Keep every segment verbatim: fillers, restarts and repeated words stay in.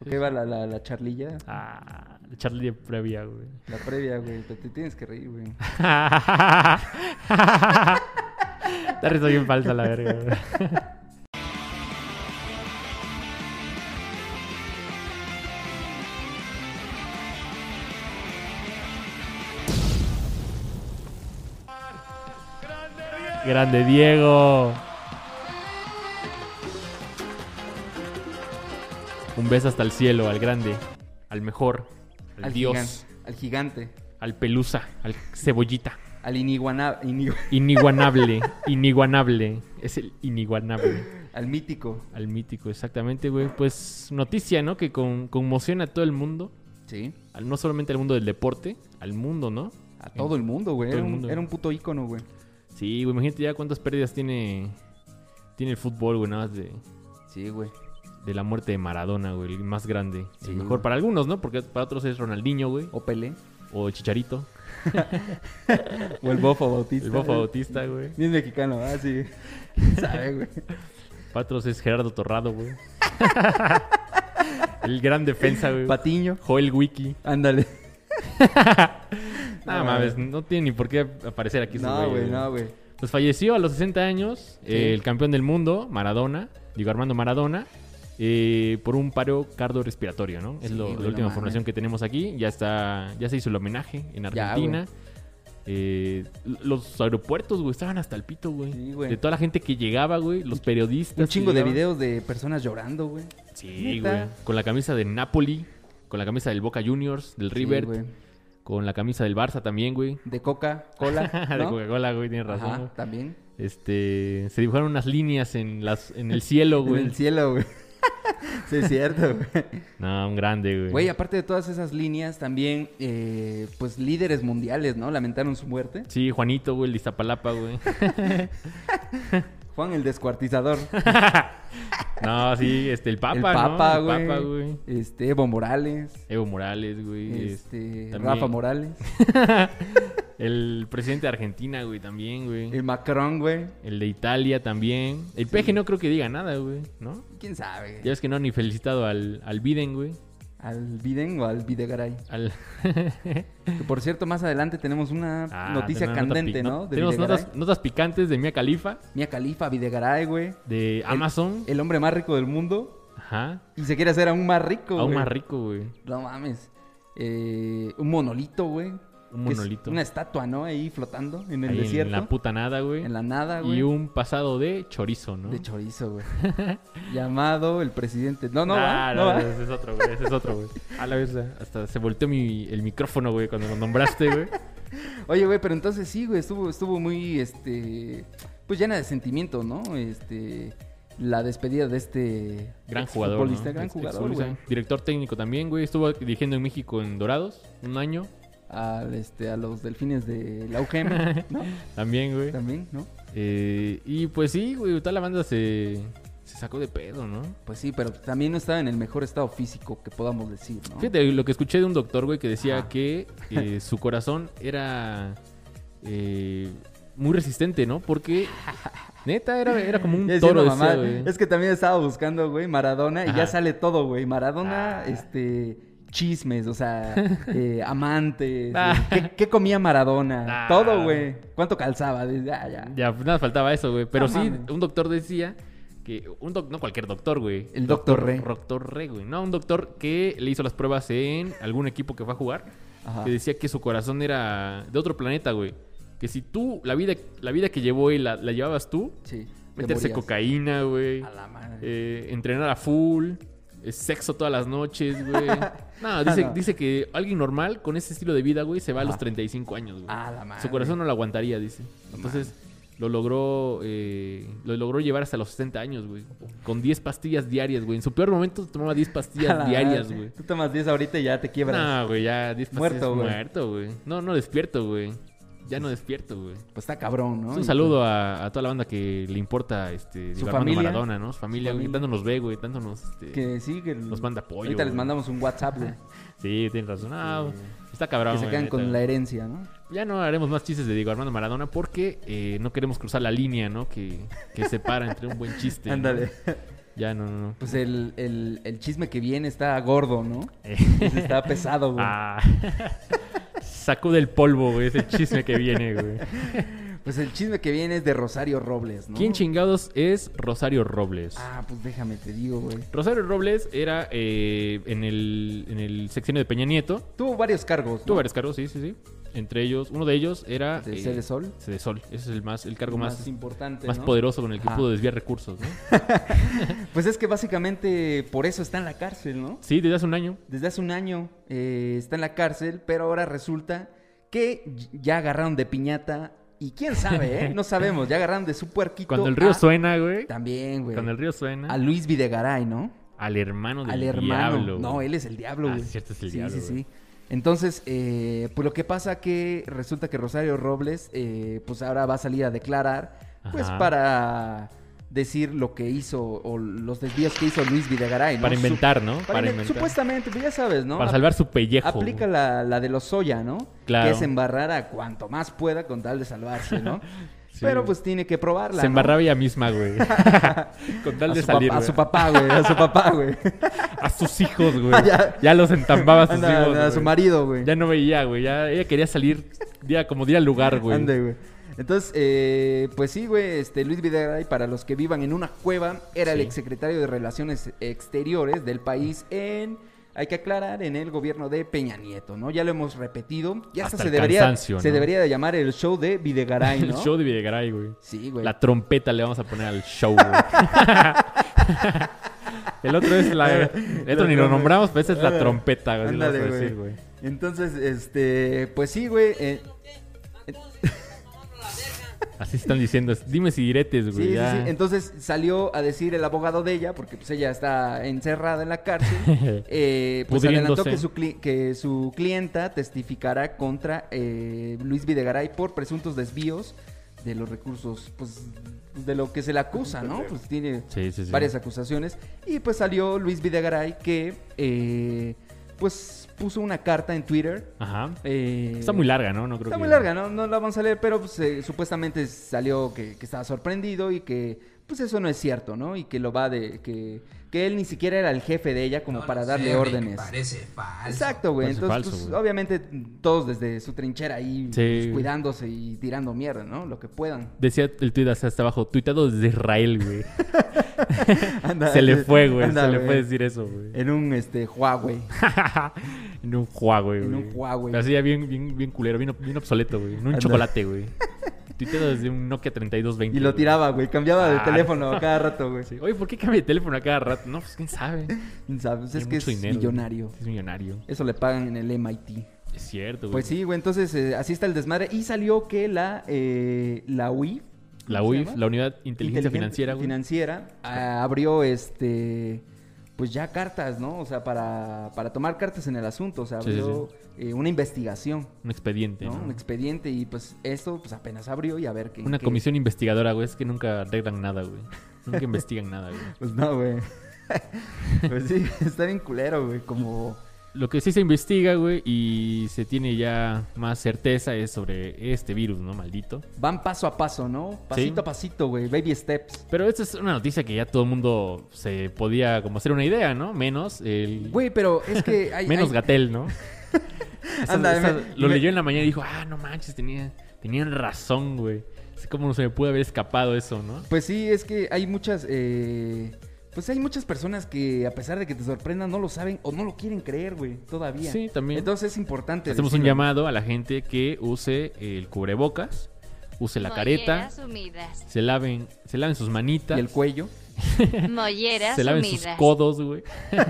¿Qué va la, la, la charlilla? Ah, la charlilla previa, güey. La previa, güey. Te, te tienes que reír, güey. Te risa bien falsa la verga, güey. Grande Diego. Un beso hasta el cielo, al grande, al mejor, al, Al Dios, gigan- al gigante. al pelusa, al cebollita. Al iniguana... inigu- Iniguanable, iniguanable. Es el iniguanable. al mítico. Al mítico, exactamente, güey. Pues noticia, ¿no? Que con, conmociona a todo el mundo. Sí. Al- no solamente al mundo del deporte, al mundo, ¿no? A todo el mundo, güey. Todo Era, el un- mundo. era un puto ícono, güey. Sí, güey, imagínate ya cuántas pérdidas tiene, tiene el fútbol, güey, nada más de, Sí, güey. de la muerte de Maradona, güey, el más grande. Sí, el mejor güey. para algunos, ¿no? Porque para otros es Ronaldinho, güey. O Pelé. O el Chicharito. O el Bofo Bautista. El Bofo Bautista, güey. Bien mexicano, ah, sí. ¿Quién sabe, güey? Para otros es Gerardo Torrado, güey. El gran defensa, güey. Patiño. Joel Wiki. Ándale. Nada No, mames, güey. no tiene ni por qué aparecer aquí ese No, güey, no, güey. Pues falleció a los sesenta años Sí. eh, el campeón del mundo, Maradona, digo Armando Maradona, eh, por un paro cardiorrespiratorio, ¿no? Es Sí, lo- güey, la no última mames. información que tenemos aquí. Ya está, ya se hizo el homenaje en Ya, Argentina. Eh, los aeropuertos, güey, estaban hasta el pito, güey. Sí, güey. De toda la gente que llegaba, güey, los periodistas. Un que chingo de llegaban. videos de personas llorando, güey. Sí, Neta. güey. Con la camisa de Napoli, con la camisa del Boca Juniors, del River, Sí, güey. con la camisa del Barça también, güey. De Coca-Cola, De ¿no? Coca-Cola, güey, tienes razón. Ajá, güey. también. Este, se dibujaron unas líneas en las en el cielo, En güey. el cielo, güey. Sí, es cierto, güey. No, un grande, güey. Güey, aparte de todas esas líneas, también, eh, pues, líderes mundiales, ¿no? Lamentaron su muerte. Sí, Juanito, güey, el de Iztapalapa, güey. Juan el descuartizador. No, sí, este, el Papa, el ¿no? Papa, El güey. Papa, güey. Este, Evo Morales. Evo Morales, güey. Este, también. Rafa Morales. El presidente de Argentina, güey, también, güey. El Macron, güey. El de Italia también. El P G no creo que diga nada, güey, ¿no? ¿Quién sabe? Ya ves que no han ni felicitado al, al Biden, güey. ¿Al Biden o al Videgaray? Al... Que, por cierto, más adelante tenemos una Ah, noticia tenemos nota candente, pi- ¿no? De Tenemos Videgaray. notas, notas picantes de Mia Khalifa, Mia Khalifa, Videgaray, güey. de Amazon. El hombre más rico del mundo. Ajá. Y se quiere hacer aún más rico, Aún güey. más rico, güey. No mames. Eh, un monolito, güey. Un Que es monolito. Una estatua, ¿no? Ahí flotando en el Ahí desierto. en la puta nada, güey. En la nada, güey. Y un pasado de chorizo, ¿no? De chorizo, güey. Llamado el presidente. No, no Ah, va, no, va. Ese es otro, güey. Ese es otro, güey. A la vez, hasta se volteó mi, el micrófono, güey, cuando lo nombraste, güey. Oye, güey, pero entonces sí, güey, estuvo, estuvo muy, este, pues llena de sentimiento, ¿no? Este, la despedida de este Gran jugador, ¿no? futbolista, gran Ex- jugador, exfutbolista. güey. Director técnico también, güey. Estuvo dirigiendo en México en Dorados un año. Al, este, a los delfines de la U G M, ¿no? También, güey. También, ¿no? Eh, y pues sí, güey, toda la banda se, se sacó de pedo, ¿no? Pues sí, pero también no estaba en el mejor estado físico que podamos decir, ¿no? Fíjate, lo que escuché de un doctor, güey, que decía Ajá. que eh, su corazón era eh, muy resistente, ¿no? Porque, neta, era, era como un Ya toro, diciendo, decía, mamá, güey. es que también estaba buscando, güey, Maradona y Ajá. ya sale todo, güey. Maradona, Ah. este, chismes, o sea, eh, amantes. Ah. eh, ¿Qué, qué comía Maradona? Ah. Todo, güey. ¿Cuánto calzaba? Dice, ah, ya. Ya, pues nada, faltaba eso, güey. Pero No sí, mames. un doctor decía que... Un doc- no cualquier doctor, güey. El doctor Re. Doctor Re, güey. No, un doctor que le hizo las pruebas en algún equipo que fue a jugar. Ajá. Que decía que su corazón era de otro planeta, güey. Que si tú, la vida, la vida que llevó él, la, la llevabas tú, Sí. te meterse morías. cocaína, güey. A la madre. eh, entrenar a full. eh, Sexo todas las noches, güey. No, dice, No. dice que alguien normal con ese estilo de vida, güey, se va a los Ajá. treinta y cinco años, güey. A la madre. Su corazón no lo aguantaría, dice. Entonces, lo logró eh, lo logró llevar hasta los sesenta años, güey. Con diez pastillas diarias, güey. En su peor momento tomaba diez A pastillas la diarias, madre. güey. Tú tomas diez ahorita y ya te quiebras. No, güey, ya diez pastillas Muerto, güey. muerto, güey. No, no despierto, güey. Ya no despierto, güey. Pues está cabrón, ¿no? Un Y saludo a, a toda la banda que le importa este Su digo, Armando familia. Maradona, ¿no? Su familia, Su güey. familia. Tanto nos ve, güey. Tanto nos, este, pues, Que sí, que nos manda apoyo. ahorita les güey. mandamos un WhatsApp, güey. Sí, tienes razón. Ah, Sí. está cabrón, Que se güey, quedan neta. con la herencia, ¿no? Ya no haremos más chistes de Diego Armando Maradona porque eh, no queremos cruzar la línea, ¿no? Que, que separa entre un buen chiste. ¿no? Ándale. Ya, no, no, no. Pues el, el, el chisme que viene está gordo, ¿no? Eh. Pues está pesado, güey. Ah. Sacude el polvo, güey, ese chisme que viene, güey. Pues el chisme que viene es de Rosario Robles, ¿no? ¿Quién chingados es Rosario Robles? Ah, pues déjame te digo, güey. Rosario Robles era eh, en, el, en el sexenio de Peña Nieto. Tuvo varios cargos, ¿no? Tuvo varios cargos, sí, sí, sí. Entre ellos, uno de ellos era... ¿De eh, Sede Sol? Sede Sol. Ese es el más el cargo Más más, importante, más ¿no? poderoso con el que Ajá. pudo desviar recursos, ¿no? Pues es que básicamente por eso está en la cárcel, ¿no? Sí, desde hace un año. Desde hace un año eh, está en la cárcel, pero ahora resulta que ya agarraron de piñata y quién sabe, ¿eh? No sabemos, ya agarraron de su puerquito. Cuando el río a- suena, güey. También, güey. Cuando el río suena. A Luis Videgaray, ¿no? Al hermano del Al hermano. diablo. No, güey. él es el diablo, Ah, güey. sí, cierto, es el sí, diablo, Sí, güey. sí, Entonces, eh, pues lo que pasa que resulta que Rosario Robles, eh, pues ahora va a salir a declarar, pues Ajá. para decir lo que hizo o los desvíos que hizo Luis Videgaray, ¿no? Para Su- inventar, ¿no? para Para inven- inventar. Supuestamente, pues ya sabes, ¿no? Para salvar su pellejo. Aplica güey. la, la de los Soya, ¿no? Claro. Que es embarrar a cuanto más pueda con tal de salvarse, ¿no? Sí, Pero güey. pues tiene que probarla, Se ¿no? embarraba ella misma, güey. Con tal a de su, salir, papá, a güey. su papá, güey, a su papá, güey. A sus hijos, güey. Ya. Ya los entambaba a sus Anda, hijos, a su güey. marido, güey. Ya no veía, güey. Ya ella quería salir día, como día al lugar, güey. Ande, güey. Entonces, eh, pues sí, güey, este Luis Videgaray, para los que vivan en una cueva, era el Sí. exsecretario de Relaciones Exteriores del país en, hay que aclarar, en el gobierno de Peña Nieto, ¿no? Ya lo hemos repetido. Ya hasta, Hasta se el debería cansancio, se ¿no? debería de llamar el show de Videgaray, ¿no? El show de Videgaray, güey. Sí, güey. La trompeta le vamos a poner al show, güey. El otro es la... El otro ni lo nombramos, pero esa es la trompeta, güey. así lo Ándale, vamos a güey. decir, güey. Entonces, este, pues sí, güey. eh, Así están diciendo. Dimes y diretes, güey. Sí, sí, ya. sí. Entonces salió a decir el abogado de ella, porque pues ella está encerrada en la cárcel, eh, pues adelantó Pudriéndose. que su, cli- que su clienta testificará contra eh, Luis Videgaray por presuntos desvíos de los recursos, pues de lo que se le acusa, ¿no? Pues tiene Sí, sí, sí. varias acusaciones. Y pues salió Luis Videgaray que eh, pues puso una carta en Twitter. Ajá. eh, Está muy larga, ¿no? No creo Está que... muy larga, ¿no? No la vamos a leer, pero pues, eh, supuestamente salió que, que estaba sorprendido y que pues eso no es cierto, ¿no? Y que lo va de... que, que él ni siquiera era el jefe de ella como No, para no darle sé, me órdenes. Parece falso. Exacto, güey. Parece Entonces, falso, pues, güey. obviamente todos desde su trinchera ahí Sí. pues, cuidándose y tirando mierda, ¿no? Lo que puedan. Decía el tweet hasta abajo, tuiteado desde Israel, güey. Anda, Se le fue, güey. anda, Se le güey. fue decir eso, güey. En un este Huawei. En un Huawei, güey. En un Huawei. Pero así ya bien, bien, bien culero, bien, bien obsoleto, güey. En un Anda. chocolate, güey. Tuiteado desde un Nokia treinta y dos veinte. Y lo güey. tiraba, güey. Cambiaba de Ah. teléfono cada rato, güey. Sí. Oye, ¿por qué cambia de teléfono a cada rato? No, pues quién sabe. ¿Sabes? Es Tiene que es mucho dinero, millonario. güey. Es millonario. Eso le pagan en el M I T. Es cierto, güey. Pues sí, güey, entonces eh, así está el desmadre. Y salió que la, eh, la U I F, La ¿cómo U se I F, llama? la Unidad de Inteligencia Inteligente- Financiera, güey. Financiera, ah, abrió este, pues ya cartas, ¿no? O sea, para, para tomar cartas en el asunto. O sea, Sí, sí, abrió eh, una investigación, Un expediente, ¿no? ¿no? Un expediente y pues esto pues apenas abrió y a ver qué. Una qué- comisión investigadora, güey. Es que nunca arreglan nada, güey. Nunca investigan nada, güey. Pues no, güey. Pues sí, está bien culero, güey, como... Lo que sí se investiga, güey, y se tiene ya más certeza es sobre este virus, ¿no? Maldito. Van paso a paso, ¿no? Pasito Sí. a pasito, güey, baby steps. Pero esta es una noticia que ya todo el mundo se podía como hacer una idea, ¿no? Menos el... Güey, pero es que hay... menos hay- Gatel, ¿no? Esa- Anda, esa- me- lo me- leyó en la mañana y dijo, ah, no manches, tenía, tenían razón, güey. Así como no se me pudo haber escapado eso, ¿no? Pues sí, es que hay muchas, eh, pues hay muchas personas que a pesar de que te sorprendan no lo saben o no lo quieren creer, güey, todavía. Sí, también. Entonces es importante. Hacemos un decirlo. llamado a la gente que use el cubrebocas, use la careta, Molleras humidas. se laven, se laven sus manitas, Y el cuello, Molleras se laven humidas. sus codos, güey,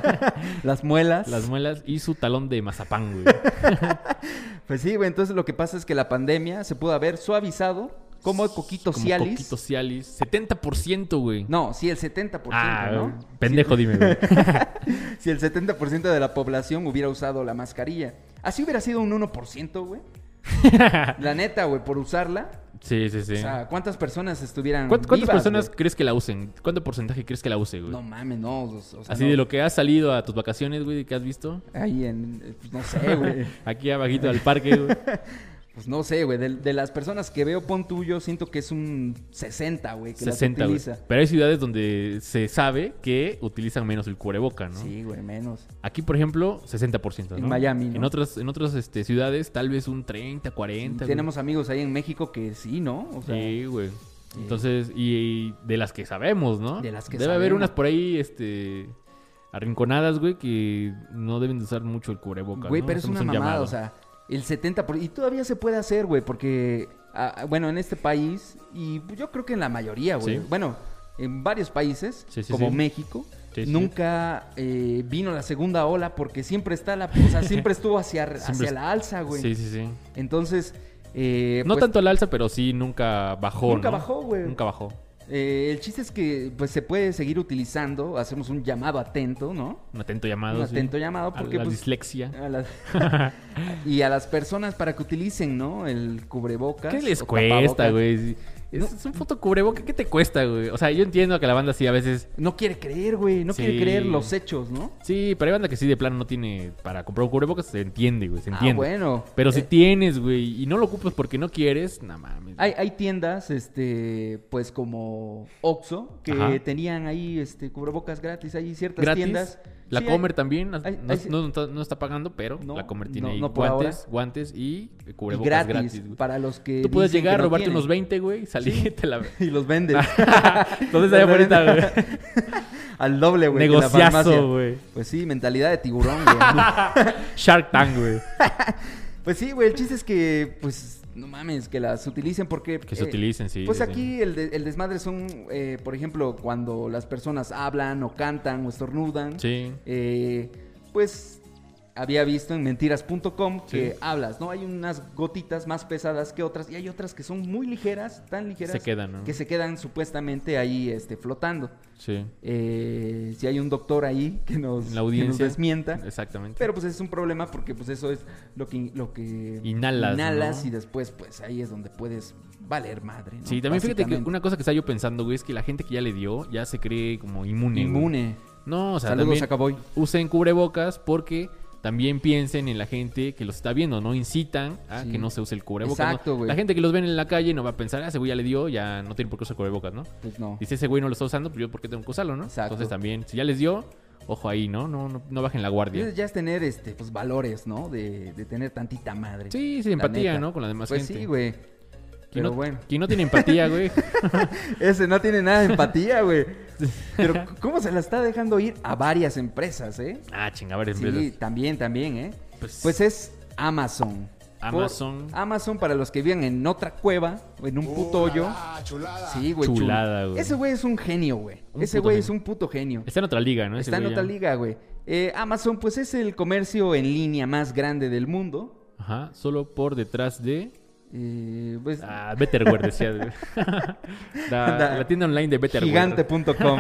las muelas. las muelas y su talón de mazapán, güey. Pues sí, güey, entonces lo que pasa es que la pandemia se pudo haber suavizado como el coquito Como Cialis. Coquito Cialis. setenta por ciento, güey. No, sí, el setenta por ciento, Ah, ¿no? pendejo, dime, güey. Si el setenta por ciento de la población hubiera usado la mascarilla. Así hubiera sido un uno por ciento, güey. La neta, güey, por usarla. Sí, sí, sí. O sea, ¿cuántas personas estuvieran ¿Cuánt- ¿Cuántas vivas, personas güey? crees que la usen? ¿Cuánto porcentaje crees que la use, güey? No mames, no. O sea, Así no. de lo que has salido a tus vacaciones, güey, que has visto. Ahí en, eh, pues, no sé, güey. Aquí abajito del parque, güey. Pues no sé, güey. De, de las personas que veo, pon tú, yo siento que es un sesenta, güey, que sesenta, las güey. utiliza. Pero hay ciudades donde se sabe que utilizan menos el cubreboca, ¿no? Sí, güey, menos. Aquí, por ejemplo, sesenta por ciento, ¿no? En Miami, ¿no? En otras, en otras este, ciudades, tal vez un treinta, cuarenta. Sí, tenemos amigos ahí en México que sí, ¿no? O sea, Sí, güey. Entonces, y, y de las que sabemos, ¿no? De las que Debe haber sabemos. unas por ahí, este... arrinconadas, güey, que no deben de usar mucho el cubreboca, güey, ¿no? pero es Hacemos una un mamada, llamado. o sea, el setenta por ciento. Y todavía se puede hacer, güey, porque, ah, bueno, en este país, y yo creo que en la mayoría, güey. Sí. Bueno, en varios países, Sí, sí, como sí. México, Sí, sí, nunca eh, vino la segunda ola porque siempre está la... O sea, siempre estuvo hacia, Siempre hacia es- la alza, güey. Sí, sí, sí. Entonces, eh, No pues, tanto al alza, pero sí nunca bajó, Nunca ¿no? bajó, güey. Nunca bajó. eh, el chiste es que, pues, se puede seguir utilizando. Hacemos un llamado atento, ¿no? Un atento llamado, Un sí. atento llamado porque, a la pues, dislexia. a las- y a las personas para que utilicen, ¿no? El cubrebocas. ¿Qué les o cuesta, tapabocas. güey? Es, es un puto cubreboca, ¿qué te cuesta, güey? O sea, yo entiendo que la banda sí a veces... No quiere creer, güey. No Sí. quiere creer los hechos, ¿no? Sí, pero hay banda que sí de plano no tiene para comprar un cubrebocas, se entiende, güey, se entiende. Ah, bueno. Pero si Eh, tienes, güey, y no lo ocupas porque no quieres, nada mames. Hay, hay tiendas, este, pues como Oxxo, que Ajá. tenían ahí, este, cubrebocas gratis. Hay ciertas Gratis. tiendas. La Sí, Comer hay- también, hay- no, hay- no- no está, no está pagando, pero No, la Comer tiene no- ahí no por guantes, ahora. guantes y y cubrebocas gratis, gratis. güey. para los que Tú puedes dicen llegar, que no robarte tienen. unos veinte, güey, salir y te la... y los vendes. ¿Dónde está Los ahorita, vendes güey? Al doble, güey. que en la farmacia. Negociazo, güey. Pues sí, mentalidad de tiburón, güey. Shark Tank, güey. Pues sí, güey, el chiste es que, pues, no mames, que las utilicen porque... Que se eh, utilicen, sí. Pues sí, aquí el, de- el desmadre son, eh, por ejemplo, cuando las personas hablan o cantan o estornudan. Sí. eh, pues había visto en mentiras punto com que Sí. hablas, ¿no? Hay unas gotitas más pesadas que otras y hay otras que son muy ligeras, tan ligeras Se quedan, ¿no? que se quedan supuestamente ahí este, flotando. Sí. Eh, si hay un doctor ahí que nos, En la que audiencia. nos desmienta. Exactamente. Pero pues es un problema porque pues eso es lo que, lo que Inhalas, inhalas ¿no? y después pues ahí es donde puedes valer madre, ¿no? Sí, también fíjate que Básicamente. una cosa que estaba yo pensando, güey, es que la gente que ya le dio ya se cree como inmune. güey. Inmune. No, o sea, Saludos también a Caboy. usen cubrebocas porque también piensen en la gente que los está viendo, ¿no? Incitan a Sí. que no se use el cubrebocas. Exacto, ¿no? güey. La gente que los ven en la calle no va a pensar, ah, ese güey ya le dio, ya no tiene por qué usar cubrebocas, ¿no? Pues no. Y si ese güey no lo está usando, pues yo por qué tengo que usarlo, ¿no? Exacto. Entonces también, si ya les dio, ojo ahí, ¿no? No, no, no bajen la guardia. Ya es tener este pues valores, ¿no? De, de tener tantita madre. Sí, sí, La empatía, neta. ¿no? Con la demás Pues gente. sí, güey. Quien Pero no, bueno. quien no tiene empatía, güey. Ese no tiene nada de empatía, güey. Pero ¿cómo se la está dejando ir a varias empresas, eh? ah, chinga, varias Sí, empresas. también, también, ¿eh? Pues- Pues, es Amazon. Amazon. Por- Amazon para los que viven en otra cueva o en un puto hoyo. Sí, güey. chul- Chulada, güey. Ese güey es un genio, güey. Un Ese puto güey genio. es un puto genio. Está en otra liga, ¿no? Ese Está en güey otra ya. liga, güey. Eh, Amazon, pues es el comercio en línea más grande del mundo. Ajá, solo por detrás de... Eh, pues, Ah, Betterware, decía. güey. la, Da- la tienda online de Betterware. gigante punto com.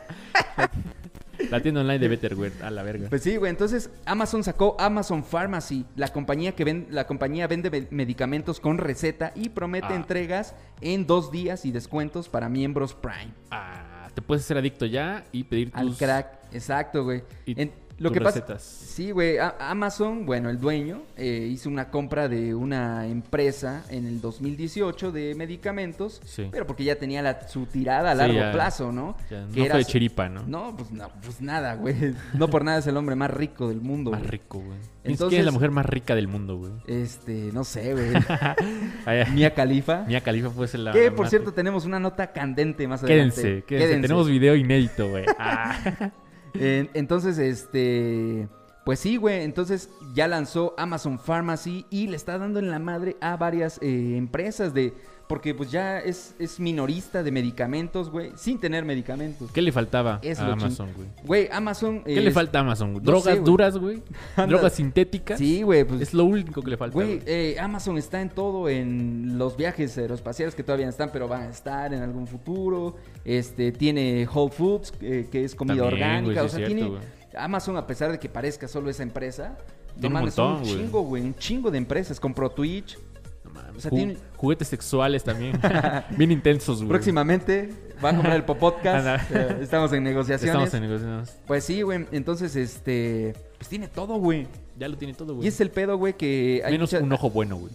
La tienda online de Betterware, a la verga. Pues sí, güey. Entonces Amazon sacó Amazon Pharmacy, la compañía que ven, la compañía vende me- medicamentos con receta y promete Ah. entregas en dos días y descuentos para miembros Prime. Ah, te puedes hacer adicto ya y pedir tus... Al crack, exacto, güey. y En- Lo tus que pasa, recetas. sí, güey, a- Amazon, bueno, el dueño eh, hizo una compra de una empresa en el dos mil dieciocho de medicamentos, Sí. pero porque ya tenía la- su tirada a Sí, largo ya- plazo, ¿no? Ya, Que no era fue de su- chiripa, ¿no? No, pues, no, pues nada, güey. No por nada es el hombre más rico del mundo. Más güey. rico, güey. Entonces- ¿Quién es la mujer más rica del mundo, güey? Este, no sé, güey. Mía, Mia Khalifa. Mia Khalifa fue la... Que, la por más- cierto, tenemos una nota candente más adelante. Quédense, quédense, tenemos video inédito, güey. Ah. En- entonces, este... Pues sí, güey. Entonces ya lanzó Amazon Pharmacy y le está dando en la madre a varias eh, empresas de... Porque pues ya es, es minorista de medicamentos, güey. Sin tener medicamentos. ¿Qué le faltaba Es a lo Amazon, güey? Güey, Amazon... ¿Qué es- le falta a Amazon? güey? no ¿Drogas sé, güey. duras, güey? Anda. ¿Drogas sintéticas? Sí, güey. Pues, Es lo único que le falta, güey, güey. eh, Amazon está en todo, en los viajes aeroespaciales que todavía no están, pero van a estar en algún futuro. Este, tiene Whole Foods, eh, que es comida También, orgánica. güey, sí o es sea, cierto, tiene güey. Amazon, a pesar de que parezca solo esa empresa, Tiene no un mames, son montón, un güey. chingo, güey, un chingo de empresas. Compró Twitch. No mames. o sea, Ju- tiene- Juguetes sexuales también. Bien intensos, güey. Próximamente va a comprar el Popodcast. Anda. Eh, estamos en negociaciones. Estamos en negociaciones. Pues sí, güey. Entonces, este, pues tiene todo, güey. Ya lo tiene todo, Y güey. es el pedo, güey, que hay Menos mucha- un ojo bueno, güey.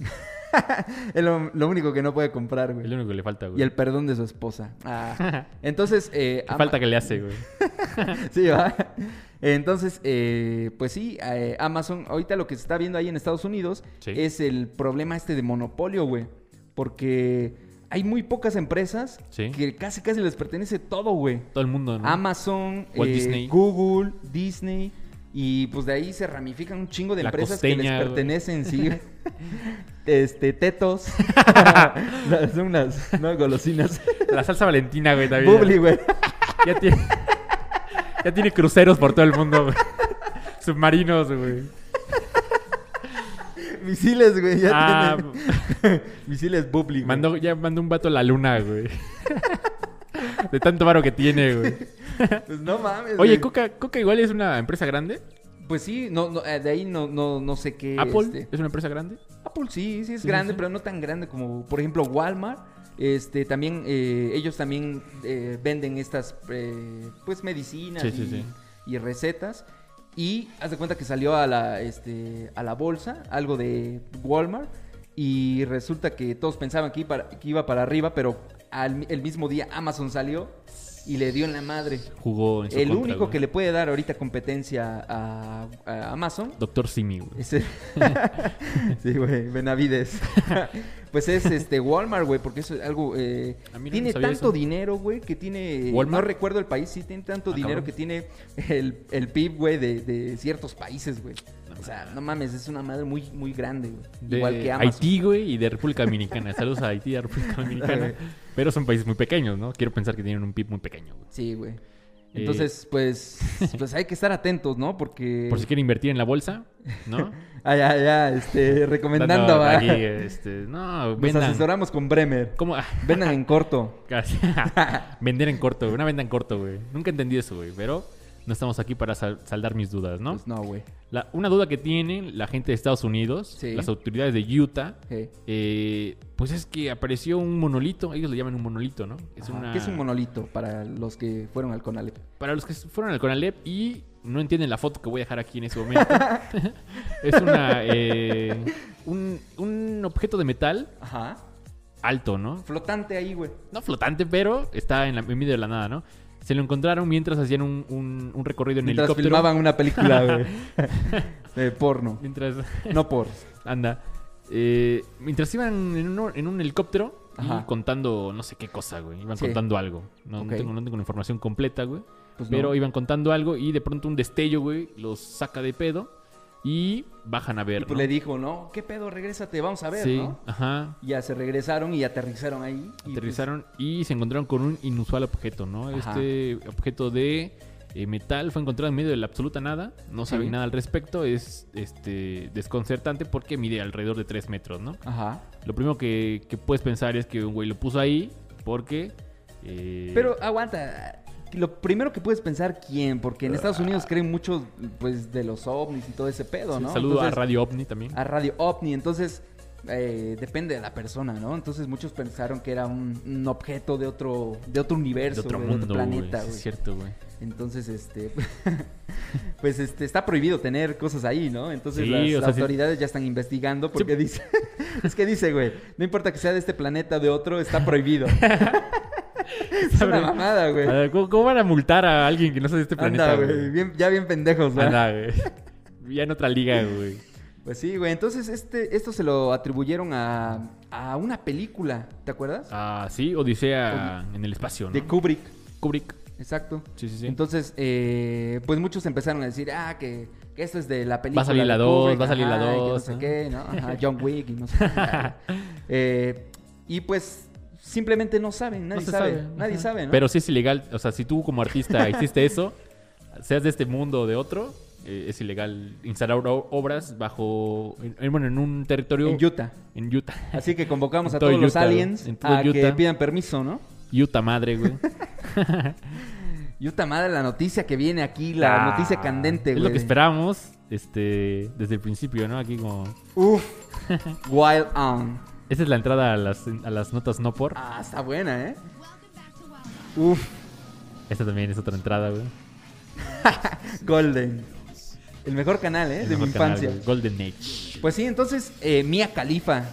Es lo, lo único que no puede comprar, güey. Es lo único que le falta, güey. Y el perdón de su esposa. Ah. Entonces, eh, ¿Qué ama- falta que le hace, güey? Sí, va. Entonces, eh, pues sí, eh, Amazon, ahorita lo que se está viendo ahí en Estados Unidos Sí. es el problema este de monopolio, güey. Porque hay muy pocas empresas Sí. que casi casi les pertenece todo, güey. Todo el mundo, ¿no? Amazon, Walt eh, Disney. Google, Disney. Y pues de ahí se ramifican un chingo de La empresas Costeña, que les güey. pertenecen, sí. Este, tetos. Son unas, no, golosinas. La salsa valentina, güey, también. Bubli, güey. Ya tiene... ya tiene cruceros por todo el mundo, güey. Submarinos, güey. Misiles, güey. Ya Ah, tiene. Misiles Bubli, güey. mandó, ya mandó un vato a la luna, güey. De tanto varo que tiene, güey. Pues no mames. Oye, güey. Coca, Coca igual es una empresa grande. Pues sí, no, no, eh, de ahí no, no, no sé qué. Apple este, es una empresa grande. Apple sí, sí es Sí, grande, sí. pero no tan grande como, por ejemplo, Walmart. Este, también, eh, ellos también eh, venden estas, eh, pues, medicinas Sí, y, sí, sí. y recetas. Y haz de cuenta que salió a la, este, a la bolsa algo de Walmart. Y resulta que todos pensaban que iba para, que iba para arriba, pero al, el mismo día Amazon salió y le dio en la madre. Jugó en su El contra, único güey. que le puede dar ahorita competencia a, a Amazon Doctor Simi, güey. es el- sí, güey, Benavides. Pues es este Walmart, güey, porque es algo eh, Ah, mira, tiene no sabía tanto eso. dinero, güey, que tiene ¿Walmart? no recuerdo el país, sí tiene tanto Ah, dinero cabrón. que tiene el, el P I B, güey, de, de ciertos países, güey. No O sea, no mames, es una madre muy muy grande, güey. De Igual que Amazon. Haití, güey, y de República Dominicana. Saludos a Haití y a República Dominicana. Pero son países muy pequeños, ¿no? Quiero pensar que tienen un P I B muy pequeño, güey. Sí, güey. Eh, Entonces, pues pues hay que estar atentos, ¿no? Porque Por si quieren invertir en la bolsa, ¿no? ah, ya, ya, este recomendando, Dando va. aquí, este, no, Nos vendan. asesoramos con Bremer. ¿Cómo? Ah, Vendan en corto. casi. Vender en corto, güey. Una venta en corto, güey. Nunca entendí eso, güey. Pero no estamos aquí para sal- saldar mis dudas, ¿no? Pues no, güey. La- una duda que tienen la gente de Estados Unidos, Sí. las autoridades de Utah, Sí. eh, pues es que apareció un monolito. Ellos le llaman un monolito, ¿no? Es Ajá. una... ¿Qué es un monolito para los que fueron al Conalep? Para los que fueron al Conalep y no entienden la foto que voy a dejar aquí en ese momento, es una eh, un, un objeto de metal Ajá. alto, ¿no? Flotante ahí, güey. No flotante, pero está en, la, en medio de la nada, ¿no? Se lo encontraron mientras hacían un, un- un recorrido en Mientras helicóptero. filmaban una película, güey. De porno. Mientras No por. anda. Eh, mientras iban en un, en un helicóptero y Ajá. contando no sé qué cosa, güey. Iban Sí. contando algo. No, no Ok. tengo, no tengo la información completa, güey. Pues Pero no. iban contando algo y de pronto un destello, güey, los saca de pedo y bajan a ver, Y pues ¿no? le dijo, ¿no? ¿Qué pedo? Regrésate, vamos a ver, Sí, ¿no? ajá. Y ya se regresaron y aterrizaron ahí. y, pues, Aterrizaron y se encontraron con un inusual objeto, ¿no? Ajá. Este objeto de eh, metal fue encontrado en medio de la absoluta nada. No Sí. saben nada al respecto. Es este desconcertante porque mide alrededor de tres metros, ¿no? Ajá. Lo primero que, que puedes pensar es que un güey lo puso ahí porque... eh, Pero aguanta. Lo primero que puedes pensar, ¿quién? Porque en Estados Unidos creen mucho, pues, de los ovnis y todo ese pedo, sí, ¿no? saludo Entonces, a Radio OVNI también. a Radio OVNI. Entonces, eh, depende de la persona, ¿no? Entonces, muchos pensaron que era un, un objeto de otro, de otro universo, de otro güey, mundo, de otro planeta, güey. Sí, güey. es cierto, güey. Entonces, este, pues, este, está prohibido tener cosas ahí, ¿no? Entonces, Sí, las o sea, sí. autoridades ya están investigando porque dice, es que dice, güey, no importa que sea de este planeta o de otro, está prohibido. Es una mamada, güey. A ver, ¿cómo, cómo van a multar a alguien que no sea de este planeta, Anda, güey? güey, bien- ya bien pendejos, ¿verdad? Anda, güey. Ya en otra liga, güey. Pues sí, güey. Entonces, este, esto se lo atribuyeron a, a una película, ¿te acuerdas? Ah, sí, Odisea en el espacio, ¿no? De Kubrick. Kubrick. Exacto. Sí, sí, sí. Entonces, eh, pues muchos empezaron a decir, ah, que, que esto es de la película. Va a salir la de dos, Kubrick, va a salir la ajá, y que dos, no sé ¿no? qué, ¿no? Ajá, John Wick y no sé qué. eh, y pues simplemente no saben, nadie No se sabe. sabe, Nadie ajá. sabe, ¿no? Pero sí es ilegal. O sea, si tú como artista hiciste eso, seas de este mundo o de otro, eh, es ilegal instalar o- obras bajo, en, en- bueno, en un territorio... En Utah. En Utah. Así que convocamos En a todo todos los Utah, aliens en todo a que Utah. pidan permiso, ¿no? Utah madre, güey. Utah madre, la noticia que viene aquí, la Ah, noticia candente, Es güey. lo que esperábamos este, desde el principio, ¿no? Aquí como... Uf. Wild on. Esta es la entrada a las, a las notas no por. Ah, está buena, ¿eh? Uf. Esta también es otra entrada, güey. Golden. El mejor canal, ¿eh? El de mi mejor canal, infancia. güey. Golden Age. Pues sí, entonces, eh, Mia Khalifa.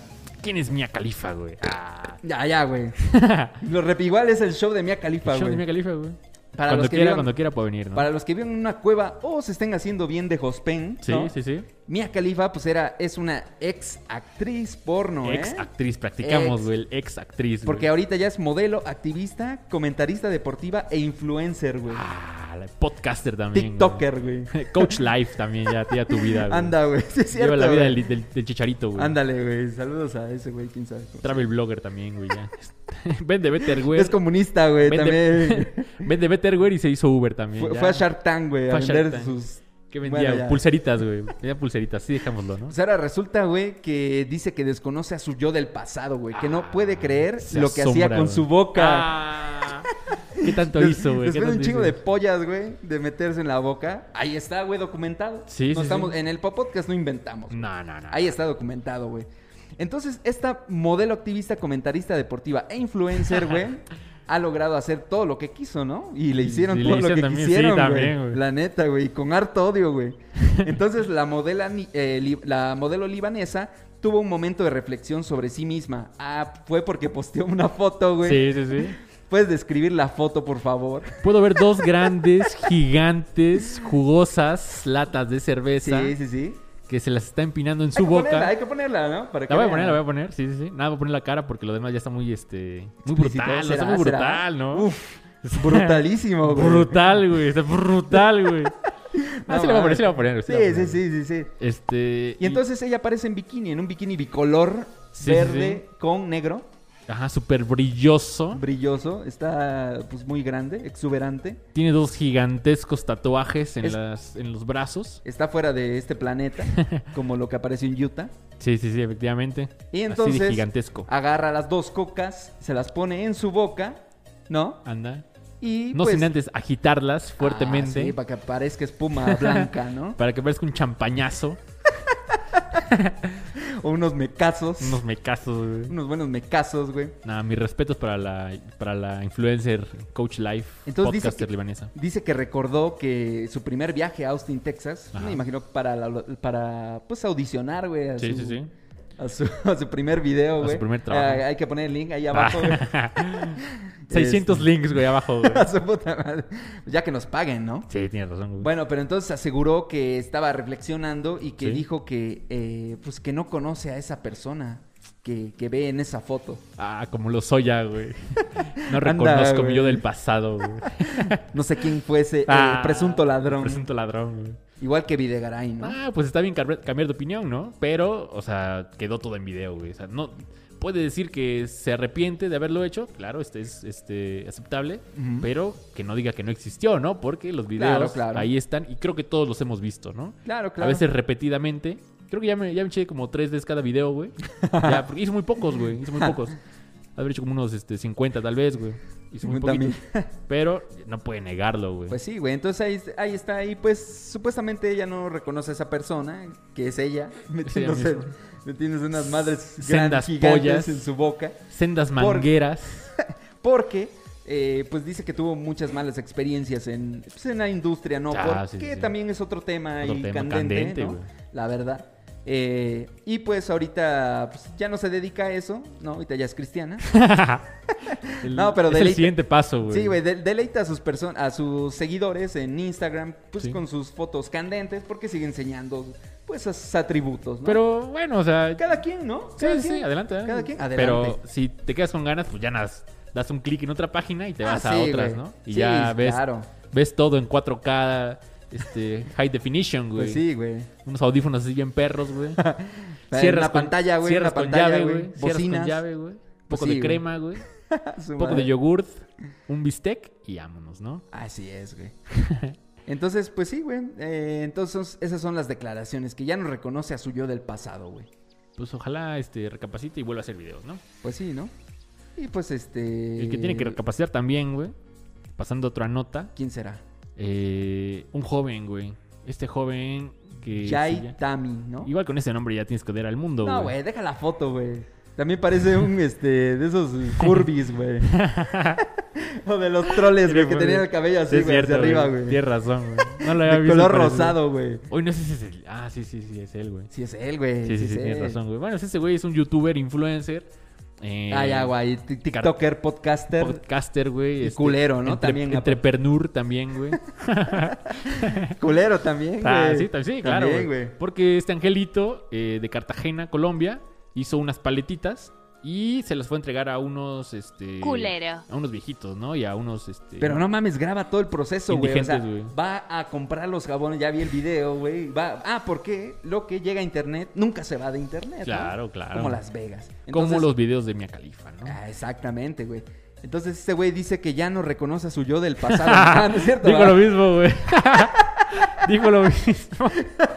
¿Quién es Mia Khalifa, güey? Ah. Ya, ya, güey. Lo rep igual es el show de Mia Khalifa, El show de Mia güey. Khalifa, güey. Para Cuando los que quiera, vivan- cuando quiera puede venir, ¿no? Para los que viven en una cueva o se estén haciendo bien de Jospen, Sí, ¿no? sí, sí. Mia Khalifa, pues era, es una ex actriz porno, ¿eh? Ex actriz, practicamos, Ex. güey, el ex actriz. güey. Porque ahorita ya es modelo, activista, comentarista deportiva e influencer, güey. Ah, la podcaster también. TikToker, güey. güey. Coach Life también, ya tía tu vida, güey. Anda, güey. Sí, es cierto, Lleva la vida güey. del, del, del chicharito, güey. Ándale, güey. Saludos a ese güey, quién sabe. cómo se Travel blogger también, güey, ya. Vende Better, güey. Es comunista, güey, Vende- también. Vende Better, güey, y se hizo Uber también. Fue, ya. fue a Shark Tank, güey, a Fue a Shark vender Tank. sus... Que vendía Bueno, ya. pulseritas, güey. Vendía pulseritas, sí, dejémoslo, ¿no? Pues ahora resulta, güey, que dice que desconoce a su yo del pasado, güey. Que no puede creer Se lo que hacía asombra, con güey. su boca. Ah, ¿Qué tanto Des- hizo, güey? ¿Qué Después de un tanto chingo hizo? de pollas, güey, de meterse en la boca. Ahí está, güey, documentado. Sí, no sí, estamos, sí. En el podcast no inventamos. No, no, no. Ahí está documentado, güey. Entonces, esta modelo activista, comentarista deportiva e influencer, güey, ha logrado hacer todo lo que quiso, ¿no? Y le hicieron Y le todo lo hicieron que también, quisieron, sí, güey. también, güey. La neta, güey, y con harto odio, güey. Entonces, la, modela, ni- eh, li- la modelo libanesa tuvo un momento de reflexión sobre sí misma. Ah, fue porque posteó una foto, güey. Sí, sí, sí. ¿Puedes describir la foto, por favor? Puedo ver dos grandes, gigantes, jugosas latas de cerveza Sí, sí, sí. que se las está empinando en Hay su que boca. ponerla, hay que ponerla, ¿no? Para que La voy a vean. poner, la voy a poner, sí, sí, sí. Nada, voy a poner la cara porque lo demás ya está muy, este... Muy Explícito. brutal, ¿no? ¿Será? Está muy ¿Será? brutal, ¿no? Uf, brutalísimo, güey. Brutal, güey, está brutal, güey. Ah, No, sí la voy a poner, mames. sí la voy a poner. Sí, la voy a sí, poner. sí, sí, sí. Este... Y entonces ella aparece en bikini, en un bikini bicolor, Sí, sí, verde con negro, Ajá, súper brilloso. brilloso. Está, pues, muy grande, exuberante. Tiene dos gigantescos tatuajes en, Es- las, en los brazos. Está fuera de este planeta, como lo que apareció en Utah. Sí, sí, sí, efectivamente. Y Así entonces de gigantesco. agarra las dos cocas, se las pone en su boca, ¿no? Anda. Y No pues, sin antes agitarlas fuertemente. Ah, sí, para que parezca espuma blanca, ¿no? Para que parezca un champañazo. O unos mecazos. Unos mecazos, güey. Unos buenos mecazos, güey. Nada, mis respetos para la, para la influencer Coach Life, Entonces dice podcaster que- libanesa. Dice que recordó que su primer viaje a Austin, Texas, Ajá. me imagino para, la- para pues audicionar, güey, a, Sí, su, sí, sí. a su a su primer video, A su güey. primer trabajo. Eh, hay que poner el link ahí abajo, güey. seiscientos Este- links, güey, abajo, güey. A su puta madre. Ya que nos paguen, ¿no? Sí, tienes razón, güey. Bueno, pero entonces aseguró que estaba reflexionando y que Sí. dijo que eh, pues que no conoce a esa persona que, que ve en esa foto. Ah, como lo soy ya, güey. No Anda, reconozco mi güey. yo del pasado, güey. No sé quién fuese Ah, el presunto ladrón. Presunto ladrón, güey. Igual que Videgaray, ¿no? Ah, pues está bien cambiar cambiar de opinión, ¿no? Pero, o sea, quedó todo en video, güey. O sea, no... Puede decir que se arrepiente de haberlo hecho, claro, este es este, aceptable, Ujú. pero que no diga que no existió, ¿no? Porque los videos Claro, claro. ahí están y creo que todos los hemos visto, ¿no? Claro, claro. A veces repetidamente. Creo que ya me, ya me eché como tres veces cada video, güey. Ya, porque hizo muy pocos, güey. Hizo muy pocos. Haber hecho como unos este, cincuenta tal vez, güey. Hizo muy cincuenta poquitos. mil. Pero no puede negarlo, güey. Pues sí, güey. Entonces ahí, ahí está. Y pues supuestamente ella no reconoce a esa persona, que es ella, metiéndose, misma. metiéndose unas madres Sendas grandes, gigantes pollas. en su boca. Sendas Por- mangueras. Porque, eh, pues dice que tuvo muchas malas experiencias en, pues, en la industria, ¿no? Ah, Porque sí, sí, sí. también es otro tema Otro y tema candente, candente, ¿no? güey. La verdad. Eh, y pues ahorita pues, ya no se dedica a eso, ¿no? Ahorita ya es cristiana. El- No, pero es el deleite- siguiente paso, güey. Sí, güey, de- deleita a sus personas, a sus seguidores en Instagram, pues Sí. con sus fotos candentes, porque sigue enseñando, pues, sus atributos, ¿no? Pero bueno, o sea... cada quien, ¿no? Sí, Cada sí, quien. adelante. Cada quien, adelante. Pero si te quedas con ganas, pues ya nas- das un clic en otra página y te Ah, vas a sí, otras, güey. ¿no? Y Sí, ya ves, claro. ves todo en cuatro K, este, high definition, güey. Pues sí, güey. Unos audífonos así bien perros, güey. En una pantalla, güey, Cierras una con pantalla, llave, güey. güey. Cierras Bocinas. con llave, güey. Un Pues poco sí, de güey. crema, güey. Su Un poco madre. de yogurt, un bistec y vámonos, ¿no? Así es, güey. Entonces, pues sí, güey. Eh, entonces, esas son las declaraciones, que ya no reconoce a su yo del pasado, güey. Pues ojalá este recapacite y vuelva a hacer videos, ¿no? Pues sí, ¿no? Y pues este... El que tiene que recapacitar también, güey. Pasando a otra nota. ¿Quién será? eh, un joven, güey. Este joven que... Jai se llama- Tami, ¿no? Igual con ese nombre ya tienes que odiar al mundo, No, güey. güey, deja la foto, güey. También parece un, este, de esos Furbies, güey. O de los troles, güey, que tenían el cabello así, Sí, es güey, hacia cierto, arriba, güey. güey. Tienes razón, güey. No lo había De visto. color pero- rosado, güey. Hoy no sé si es el... Ah, sí, sí, sí, es él, güey. Sí es él, güey. Sí, sí, es sí, tienes él. razón, güey. Bueno, ese güey es un youtuber, influencer. Eh, Ah, ya, güey. Tik- TikToker, podcaster. Podcaster, güey. Y este, culero, ¿no? entre- También, Entrepreneur también, güey. Culero también, güey. Ah, sí, tam- sí, claro, También, güey. Porque este angelito eh, de Cartagena, Colombia, hizo unas paletitas y se las fue a entregar a unos, este... Culero. A unos viejitos, ¿no? Y a unos, este... Pero no mames, graba todo el proceso, güey. O sea, Indigentes, güey. va a comprar los jabones, ya vi el video, güey. Va... Ah, porque lo que llega a internet nunca se va de internet, ¿no? Claro, claro. Como Las Vegas. Como Entonces- los videos de Mia Khalifa, ¿no? Ah, exactamente, güey. Entonces este güey dice que ya no reconoce a su yo del pasado. Ah, ¿no es cierto? Dijo ¿verdad? lo mismo, güey. Dijo lo mismo.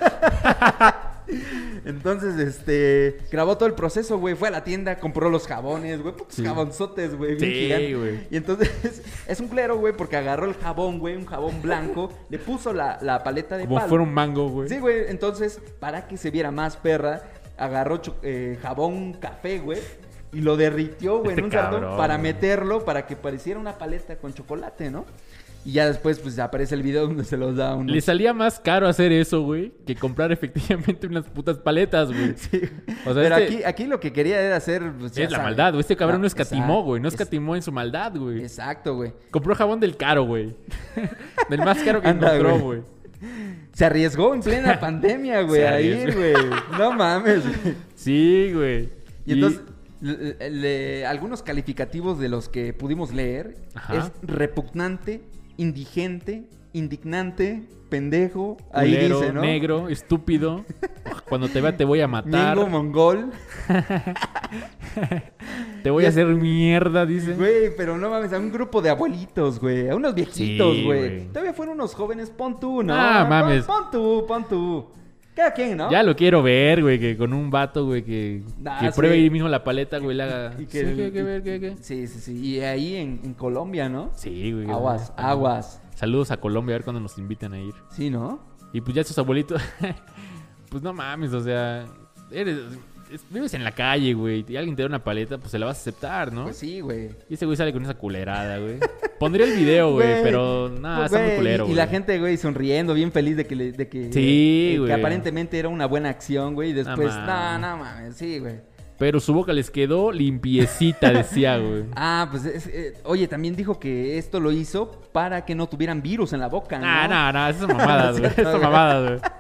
Entonces, este, grabó todo el proceso, güey. Fue a la tienda, compró los jabones, güey. Putos Sí. jabonzotes, güey. Bien Sí, gigantes. güey. Y entonces, es un clero, güey, porque agarró el jabón, güey, un jabón blanco. Le puso la, la paleta de Como palo. fuera un mango, güey. Sí, güey. Entonces, para que se viera más perra, agarró cho- eh, jabón café, güey. Y lo derritió, güey, Este en un sartén cabrón, para güey. meterlo, para que pareciera una paleta con chocolate, ¿no? Y ya después, pues, aparece el video donde se los da a uno. Le salía más caro hacer eso, güey, que comprar efectivamente unas putas paletas, güey. Sí. O sea, Pero este- aquí, aquí lo que quería era hacer... pues, ya Es la saben. maldad, güey. Este cabrón no Ah, escatimó, exacto. güey. No Es- escatimó en su maldad, güey. Exacto, güey. Compró jabón del caro, güey. Del más caro que Anda, encontró, güey. güey. Se arriesgó en plena pandemia, güey, Se ahí, arriesgó. güey. No mames, güey. Sí, güey. Y entonces, le- le- algunos calificativos de los que pudimos leer Ajá. es repugnante, indigente, indignante, pendejo, ahí Culero, dice, ¿no? negro, estúpido. Cuando te vea te voy a matar. Ñengo, mongol. Te voy Y a es- hacer mierda, dice. Güey, pero no mames, a un grupo de abuelitos, güey. A unos viejitos, Sí, güey. güey. Todavía fueron unos jóvenes, pon tú, ¿no? Ah, Pon- mames. Pon, tú, pon tú. Cada quien, ¿no? Ya lo quiero ver, güey, que con un vato, güey, que, Ah, que sí. pruebe ahí mismo la paleta, güey, le haga... Y que Sí, el- ¿qué, qué, ver, qué, qué? Sí, sí, sí. Y ahí en, en Colombia, ¿no? Sí, güey. Aguas, Ah, aguas. Saludos a Colombia, a ver cuándo nos invitan a ir. Sí, ¿no? Y pues ya esos abuelitos, pues no mames, o sea, eres, es- vives en la calle, güey, y alguien te da una paleta, pues se la vas a aceptar, ¿no? Pues sí, güey. Y ese güey sale con esa culerada, güey. Pondría el video, güey, Güey, pero nada, pues, está muy güey, culero, y, güey. y la gente, güey, sonriendo, bien feliz de que, le- de que, Sí, eh, güey. que aparentemente era una buena acción, güey. Y después, no, mames. no mames, sí, güey. Pero su boca les quedó limpiecita, decía, güey. Ah, pues, es- eh, oye, también dijo que esto lo hizo para que no tuvieran virus en la boca, ¿no? Ah, no, no, esas son mamadas, güey. cierto, Esas güey. mamadas, güey.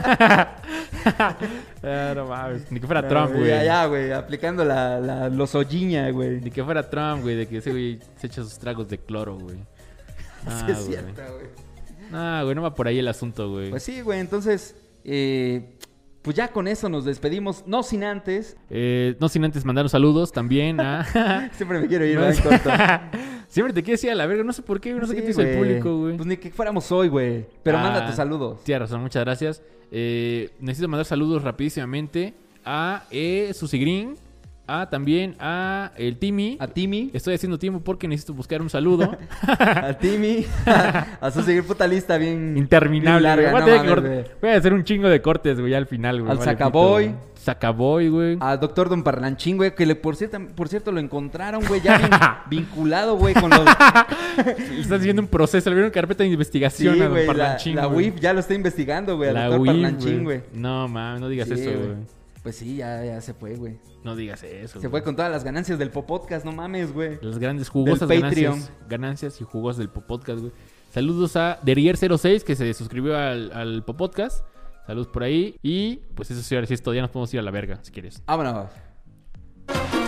Ah, no mames. Ni que fuera Trump, güey. Ya, ya, güey, aplicando la, la lozoña, güey. Ni que fuera Trump, güey, de que ese güey se echa sus tragos de cloro, güey. Ah, Sí, es güey. cierto, güey. Ah, güey, no va por ahí el asunto, güey. Pues sí, güey, entonces, eh, pues ya con eso nos despedimos, no sin antes. Eh, no sin antes mandar saludos también a... Siempre me quiero ir, No ¿verdad? sé- En corto. Siempre te quieres ir a la verga, no sé por qué, no sé qué Sí, te hizo el güey. público, güey. Pues ni que fuéramos hoy, güey. Pero Ah, manda tus saludos. Tienes razón, muchas gracias. Eh, necesito mandar saludos rapidísimamente a eh, Susi Green, a también a el Timmy. A Timmy, Estoy haciendo tiempo porque necesito buscar un saludo. a Timmy, a su seguir puta lista bien Interminable. bien larga, güey. no voy, a tener que mames, cort- voy a hacer un chingo de cortes, güey, al final, güey. Al Vale, Sacaboy. pito, güey. Sacaboy, güey. Al doctor Don Parlanchín, güey, que le, por, cierto, por cierto lo encontraron, güey, ya vin- vinculado, güey, con los... Le estás haciendo un proceso, le vieron carpeta de Sí, investigación a Don güey, la, Parlanchín, la güey. U I F ya lo está investigando, güey, al La doctor U I F, Parlanchín, güey. No, mames, no digas Sí, eso, güey. güey. Pues sí, ya, ya se fue, güey. No digas eso. Se güey. fue con todas las ganancias del Popodcast, no mames, güey. Las grandes jugosas Del ganancias, Patreon. ganancias y jugosas del Popodcast, güey. Saludos a Derrier cero seis que se suscribió al, al Popodcast. Saludos por ahí. Y pues eso sí, ahora sí es todo. Ya nos podemos ir a la verga, si quieres. Vámonos.